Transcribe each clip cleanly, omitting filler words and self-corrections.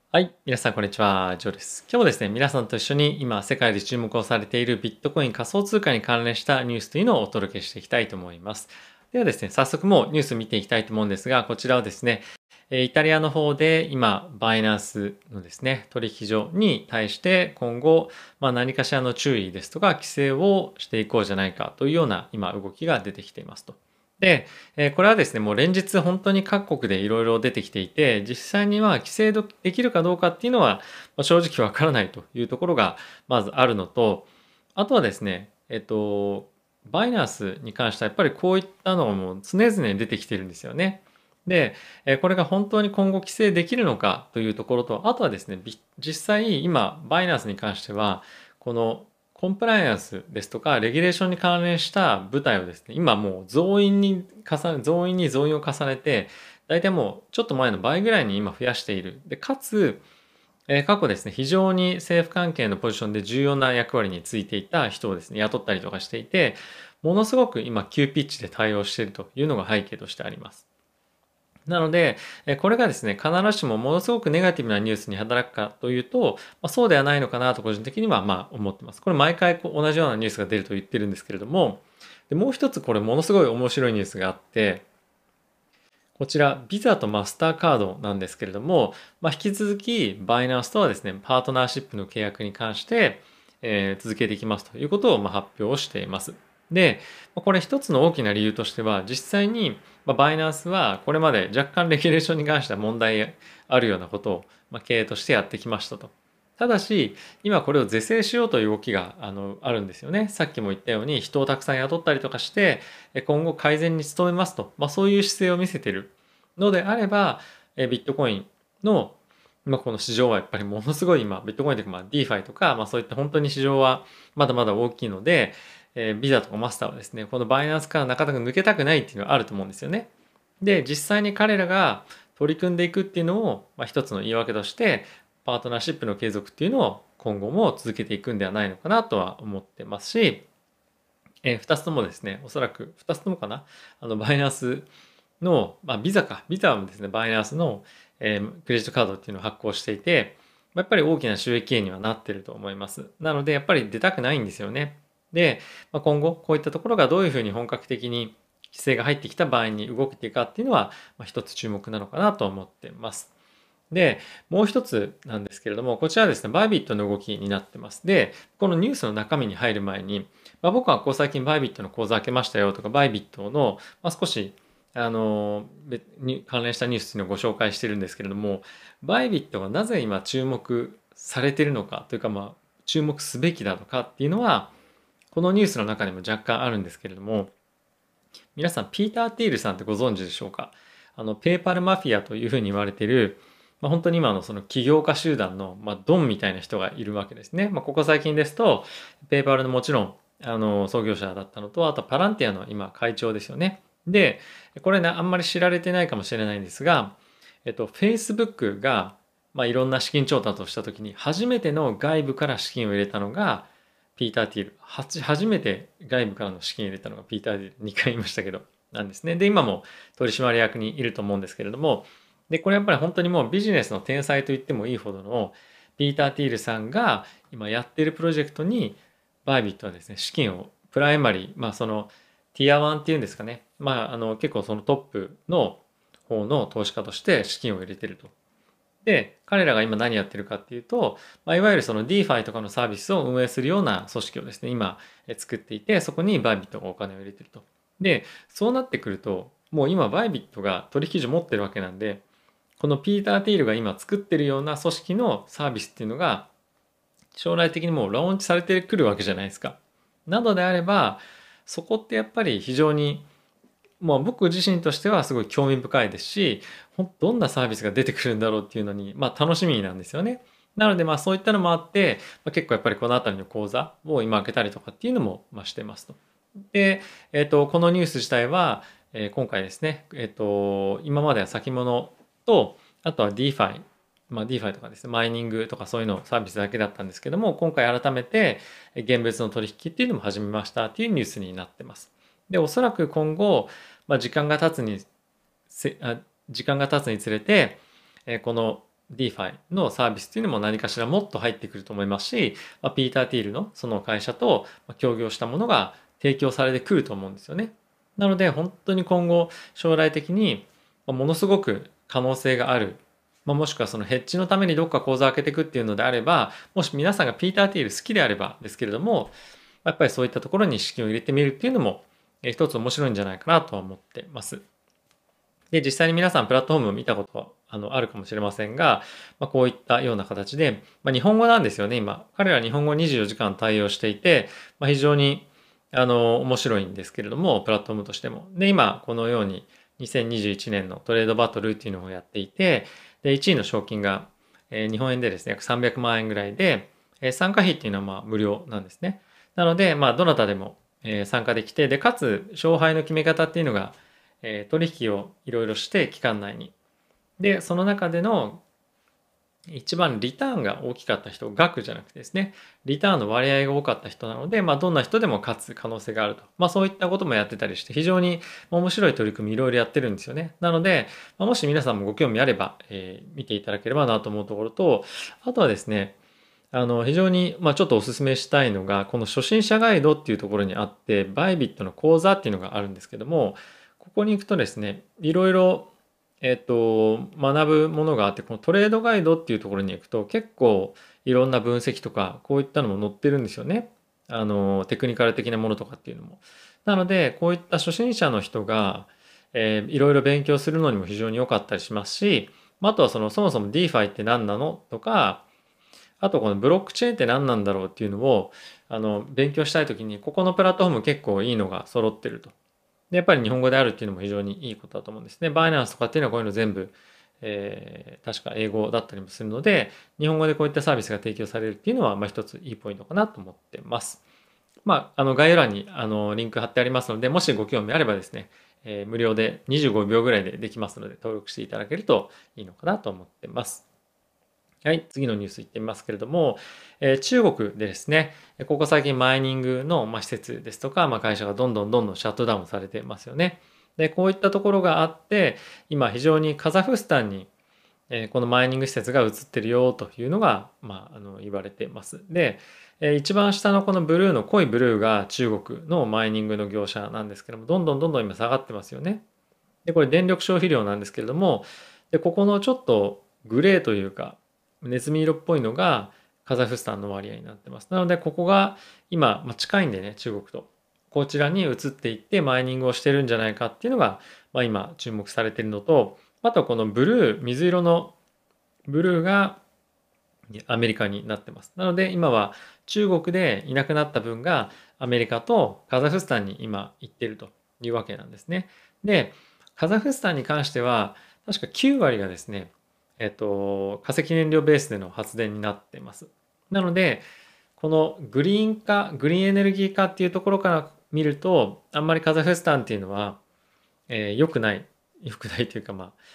はい。皆さん、こんにちは。ジョーです。今日もですね、皆さんと一緒に今、世界で注目をされているビットコイン仮想通貨に関連したニュースというのをお届けしていきたいと思います。ではですね、早速もうニュース見ていきたいと思うんですが、こちらはですね、イタリアの方で今、バイナンスのですね、取引所に対して今後、何かしらの注意ですとか規制をしていこうじゃないかというような今、動きが出てきていますと。で、これはですね、もう連日本当に各国でいろいろ出てきていて、実際には規制できるかどうかっていうのは、正直わからないというところがまずあるのと、あとはですね、バイナンスに関してはやっぱりこういったのがもう常々出てきてるんですよね。で、これが本当に今後規制できるのかというところと、あとはですね、実際今、バイナンスに関しては、このコンプライアンスですとか、レギュレーションに関連した部隊をですね、今もう増員に増員を重ねて、大体もうちょっと前の倍ぐらいに今増やしている。で、かつ、過去ですね、非常に政府関係のポジションで重要な役割についていた人をですね、雇ったりとかしていて、ものすごく今急ピッチで対応しているというのが背景としてあります。なので、これがですね、必ずしもものすごくネガティブなニュースに働くかというと、そうではないのかなと個人的には思ってます。これ毎回同じようなニュースが出ると言ってるんですけれども、でもう一つこれものすごい面白いニュースがあって、こちらビザとマスターカードなんですけれども、引き続きバイナンスとはですね、パートナーシップの契約に関して、続けていきますということを発表をしています。で、これ一つの大きな理由としては、実際にバイナンスはこれまで若干レギュレーションに関しては問題あるようなことを経営としてやってきましたと。ただし、今これを是正しようという動きがあるんですよね。さっきも言ったように人をたくさん雇ったりとかして、今後改善に努めますと、そういう姿勢を見せているのであれば、ビットコインのこの市場はやっぱりものすごい今、ビットコインというかDeFi とか、そういった本当に市場はまだまだ大きいので、ビザとかマスターはですね、このバイナンスからなかなか抜けたくないっていうのはあると思うんですよね。で、実際に彼らが取り組んでいくっていうのを、一つの言い訳として、パートナーシップの継続っていうのを今後も続けていくんではないのかなとは思ってますし、2つともですね、おそらく2つともかな、バイナンスの、ビザはですね、バイナンスの、クレジットカードっていうのを発行していて、やっぱり大きな収益源にはなってると思います。なので、やっぱり出たくないんですよね。で、今後、こういったところがどういうふうに本格的に規制が入ってきた場合に動いていくかっていうのは、一つ注目なのかなと思っています。で、もう一つなんですけれども、こちらはですね、バイビットの動きになってます。で、このニュースの中身に入る前に、僕はこう最近バイビットの講座開けましたよとか、バイビットの、少し、に関連したニュースをご紹介してるんですけれども、バイビットがなぜ今注目されているのかというか、注目すべきだとかっていうのは、このニュースの中にも若干あるんですけれども、皆さん、ピーター・ティールさんってご存知でしょうか？ペーパルマフィアというふうに言われている、本当に今のその起業家集団の、ドンみたいな人がいるわけですね。ここ最近ですと、ペーパルのもちろん、創業者だったのと、あとパランティアの今会長ですよね。で、これね、あんまり知られてないかもしれないんですが、Facebook が、いろんな資金調達をしたときに、初めての外部から資金を入れたのが、ピーター・ティール。初めて外部からの資金を入れたのがピーター・ティール。2回言いましたけど、なんですね。で、今も取締役にいると思うんですけれども、で、これやっぱり本当にもうビジネスの天才と言ってもいいほどのピーター・ティールさんが今やっているプロジェクトにバイビットはですね、資金をプライマリー、そのティア1っていうんですかね、結構そのトップの方の投資家として資金を入れていると。で、彼らが今何やってるかっていうと、いわゆるその DeFi とかのサービスを運営するような組織をですね、今作っていて、そこにバイビットがお金を入れてると。で、そうなってくると、もう今バイビットが取引所持ってるわけなんで、このピーター・ティールが今作ってるような組織のサービスっていうのが、将来的にもうローンチされてくるわけじゃないですか。なのであれば、そこってやっぱり非常に僕自身としてはすごい興味深いですし、どんなサービスが出てくるんだろうっていうのに、楽しみなんですよね。なのでそういったのもあって、結構やっぱりこのあたりの講座を今開けたりとかっていうのもしてますと。で、このニュース自体は、今回ですね、今までは先物と、あとは DeFi、DeFi とかですね、マイニングとかそういうのサービスだけだったんですけども、今回改めて現物の取引っていうのも始めましたっていうニュースになってます。で、おそらく今後、時間が経つにつれて、この DeFi のサービスっていうのも何かしらもっと入ってくると思いますし、ピーター・ティールのその会社と協業したものが提供されてくると思うんですよね。なので本当に今後将来的にものすごく可能性がある、もしくはそのヘッジのためにどっか口座を開けていくっていうのであれば、もし皆さんがピーター・ティール好きであればですけれども、やっぱりそういったところに資金を入れてみるっていうのも一つ面白いんじゃないかなとは思ってます。で、実際に皆さんプラットフォームを見たことはあるかもしれませんが、こういったような形で、日本語なんですよね、今。彼ら日本語24時間対応していて、非常に面白いんですけれども、プラットフォームとしても。で、今、このように2021年のトレードバトルっていうのをやっていて、で、1位の賞金が、日本円でですね、約300万円ぐらいで、参加費っていうのは無料なんですね。なので、どなたでも、参加できて、で、かつ、勝敗の決め方っていうのが、取引をいろいろして期間内に。で、その中での一番リターンが大きかった人、額じゃなくてですね、リターンの割合が多かった人なので、どんな人でも勝つ可能性があると。そういったこともやってたりして、非常に面白い取り組みいろいろやってるんですよね。なので、もし皆さんもご興味あれば、見ていただければなと思うところと、あとはですね、非常に、ちょっとお勧めしたいのが、この初心者ガイドっていうところにあって、バイビットの講座っていうのがあるんですけども、ここに行くとですね、いろいろ学ぶものがあって、このトレードガイドっていうところに行くと結構いろんな分析とかこういったのも載ってるんですよね。テクニカル的なものとかっていうのも。なのでこういった初心者の人が、いろいろ勉強するのにも非常に良かったりしますし、あとはそもそも DeFi って何なのとか、あとこのブロックチェーンって何なんだろうっていうのを勉強したいときにここのプラットフォーム結構いいのが揃ってると。で、やっぱり日本語であるっていうのも非常にいいことだと思うんですね。バイナンスとかっていうのはこういうの全部、確か英語だったりもするので、日本語でこういったサービスが提供されるっていうのは、一ついいポイントかなと思ってます。概要欄にリンク貼ってありますので、もしご興味あればですね、無料で25秒ぐらいでできますので、登録していただけるといいのかなと思ってます。はい、次のニュースいってみますけれども、中国でですね、ここ最近マイニングの施設ですとか、会社がどんどんシャットダウンされてますよね。で、こういったところがあって、今非常にカザフスタンにこのマイニング施設が移ってるよというのが、言われてます。で、一番下のこのブルーの濃いブルーが中国のマイニングの業者なんですけども、どんどん今下がってますよね。で、これ電力消費量なんですけれども、で、ここのちょっとグレーというか、ネズミ色っぽいのがカザフスタンの割合になってます。なので、ここが今、近いんでね、中国と。こちらに移っていってマイニングをしてるんじゃないかっていうのが、今注目されているのと、あとこのブルー、水色のブルーがアメリカになってます。なので今は中国でいなくなった分がアメリカとカザフスタンに今行っているというわけなんですね。で、カザフスタンに関しては確か9割がですね、化石燃料ベースでの発電になっています。なので、このグリーン化、グリーンエネルギー化っていうところから見ると、あんまりカザフスタンっていうのは、良くない、良くないというか、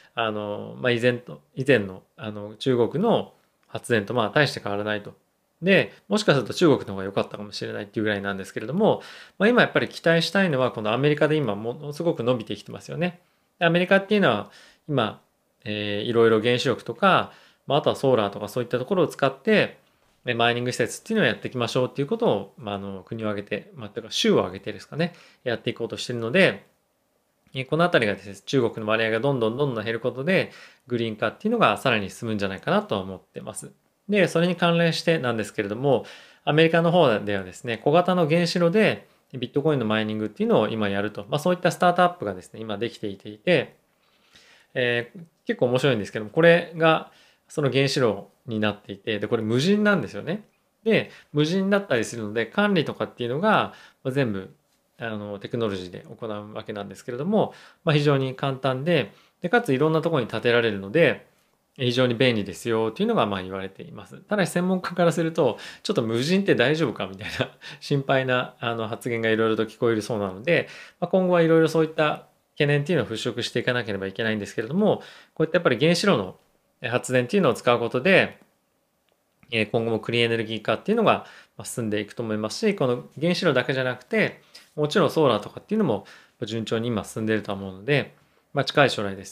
以前の、中国の発電と大して変わらないと。で、もしかすると中国の方が良かったかもしれないっていうぐらいなんですけれども、今やっぱり期待したいのは、このアメリカで今ものすごく伸びてきてますよね。アメリカっていうのは、今、いろいろ原子力とか、あとはソーラーとかそういったところを使って、マイニング施設っていうのをやっていきましょうっていうことを、国を挙げて、というか州を挙げてですかね、やっていこうとしているので、このあたりがですね、中国の割合がどんどん減ることで、グリーン化っていうのがさらに進むんじゃないかなとは思ってます。で、それに関連してなんですけれども、アメリカの方ではですね、小型の原子炉でビットコインのマイニングっていうのを今やると、そういったスタートアップがですね、今できていて、結構面白いんですけども、これがその原子炉になっていて、で、これ無人なんですよね。で、無人だったりするので、管理とかっていうのが全部テクノロジーで行うわけなんですけれども、非常に簡単で、かついろんなところに建てられるので、非常に便利ですよというのが言われています。ただし専門家からすると、ちょっと無人って大丈夫かみたいな心配な発言がいろいろと聞こえるそうなので、今後はいろいろそういった懸念っていうのを払拭していかなければいけないんですけれども、こういったやっぱり原子炉の発電っていうのを使うことで、今後もクリーンエネルギー化っていうのが進んでいくと思いますし、この原子炉だけじゃなくて、もちろんソーラーとかっていうのも順調に今進んでいると思うので、近い将来ですね、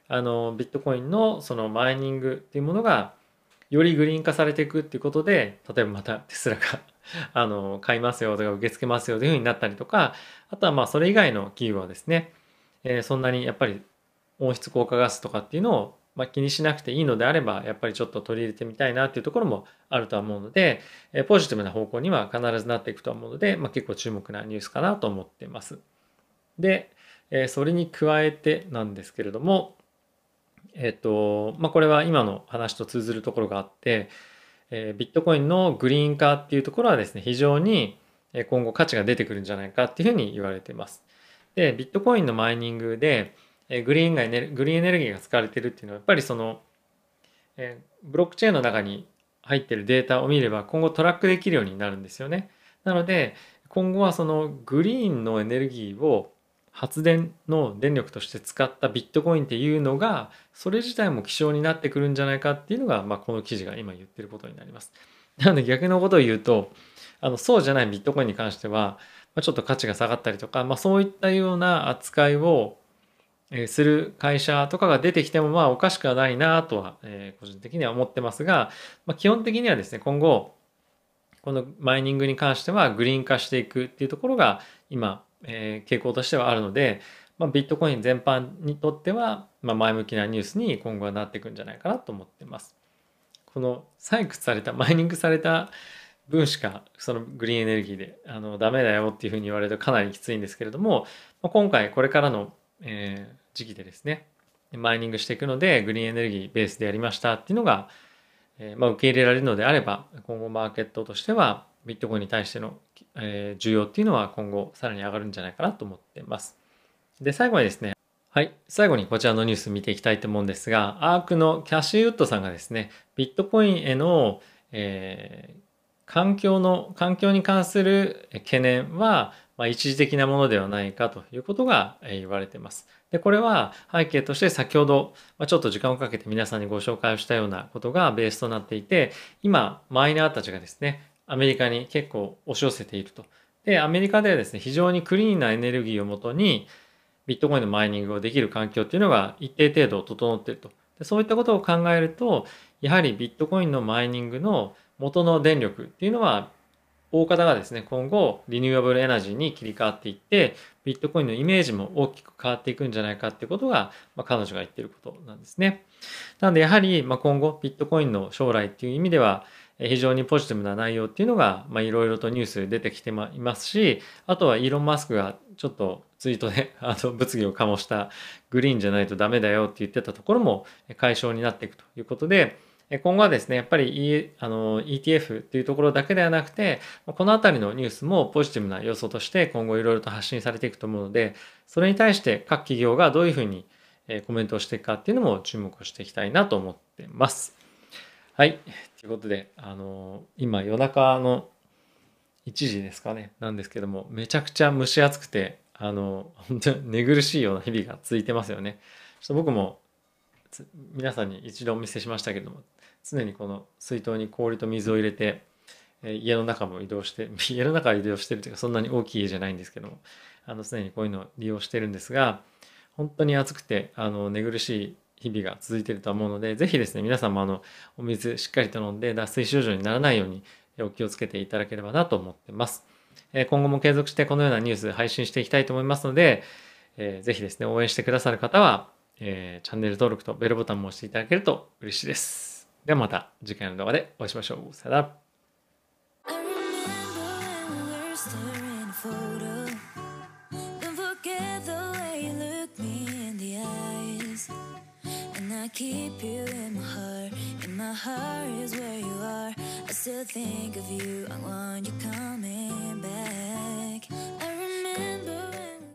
ビットコインのそのマイニングっていうものがよりグリーン化されていくっていうことで、例えばまたテスラが買いますよとか受け付けますよというふうになったりとか、あとはまあそれ以外の企業はですね、そんなにやっぱり温室効果ガスとかっていうのをまあ気にしなくていいのであれば、やっぱりちょっと取り入れてみたいなっていうところもあるとは思うので、ポジティブな方向には必ずなっていくとは思うので、まあ、結構注目なニュースかなと思っています。で、それに加えてなんですけれども、まあ、これは今の話と通ずるところがあって、ビットコインのグリーン化っていうところはですね、非常に今後価値が出てくるんじゃないかっていうふうに言われています。で、ビットコインのマイニングでグリーンエネルギーが使われているっていうのはやっぱりそのブロックチェーンの中に入っているデータを見れば今後トラックできるようになるんですよね。なので今後はそのグリーンのエネルギーを発電の電力として使ったビットコインっていうのがそれ自体も希少になってくるんじゃないかっていうのが、まあ、この記事が今言ってることになります。なので逆のことを言うとそうじゃないビットコインに関しては、まあ、ちょっと価値が下がったりとか、まあ、そういったような扱いをする会社とかが出てきてもまあおかしくはないなとは個人的には思ってますが、まあ、基本的にはですね今後このマイニングに関してはグリーン化していくっていうところが今傾向としてはあるので、まあ、ビットコイン全般にとってはまあ前向きなニュースに今後はなっていくんじゃないかなと思ってます。この採掘されたマイニングされた分しかそのグリーンエネルギーでダメだよっていうふうに言われるとかなりきついんですけれども、まあ、今回これからの時期でですねマイニングしていくのでグリーンエネルギーベースでやりましたっていうのが、まあ、受け入れられるのであれば今後マーケットとしてはビットコインに対しての、需要っていうのは今後さらに上がるんじゃないかなと思っています。で最後にですね、はい、最後にこちらのニュース見ていきたいと思うんですが、アークのキャシーウッドさんがですねビットコインへの、環境に関する懸念は、まあ、一時的なものではないかということが言われています。で、これは背景として先ほど、まあ、ちょっと時間をかけて皆さんにご紹介をしたようなことがベースとなっていて、今、マイナーたちがですね、アメリカに結構押し寄せていると。で、アメリカではですね、非常にクリーンなエネルギーをもとに、ビットコインのマイニングをできる環境っていうのが一定程度整っていると。で、そういったことを考えると、やはりビットコインのマイニングの元の電力っていうのは大方がですね今後リニューアブルエナジーに切り替わっていってビットコインのイメージも大きく変わっていくんじゃないかっていうことが、まあ、彼女が言っていることなんですね。なのでやはり、まあ、今後ビットコインの将来っていう意味では非常にポジティブな内容っていうのがいろいろとニュースで出てきていますし、あとはイーロン・マスクがちょっとツイートで物議を醸したグリーンじゃないとダメだよって言ってたところも解消になっていくということで、今後はですね、やっぱり、ETF っていうところだけではなくて、このあたりのニュースもポジティブな要素として今後いろいろと発信されていくと思うので、それに対して各企業がどういうふうにコメントをしていくかっていうのも注目をしていきたいなと思ってます。はい。ということで、今夜中の1時ですかね、なんですけども、めちゃくちゃ蒸し暑くて、本当に寝苦しいような日々が続いてますよね。ちょっと僕も皆さんに一度お見せしましたけども、常にこの水筒に氷と水を入れて家の中も移動して家の中は移動してるというかそんなに大きい家じゃないんですけども常にこういうのを利用してるんですが本当に暑くて寝苦しい日々が続いていると思うのでぜひですね皆さんもお水しっかりと飲んで脱水症状にならないようにお気をつけていただければなと思ってます。今後も継続してこのようなニュース配信していきたいと思いますので、ぜひですね応援してくださる方はチャンネル登録とベルボタンも押していただけると嬉しいです。ではまた次回の動画でお会いしましょう。さよなら。I remember when we were staring at a photo. Don't forget the way you look me in the eyes. And I keep you in my heart. And my heart is where you are. I still think of you. I want you coming back.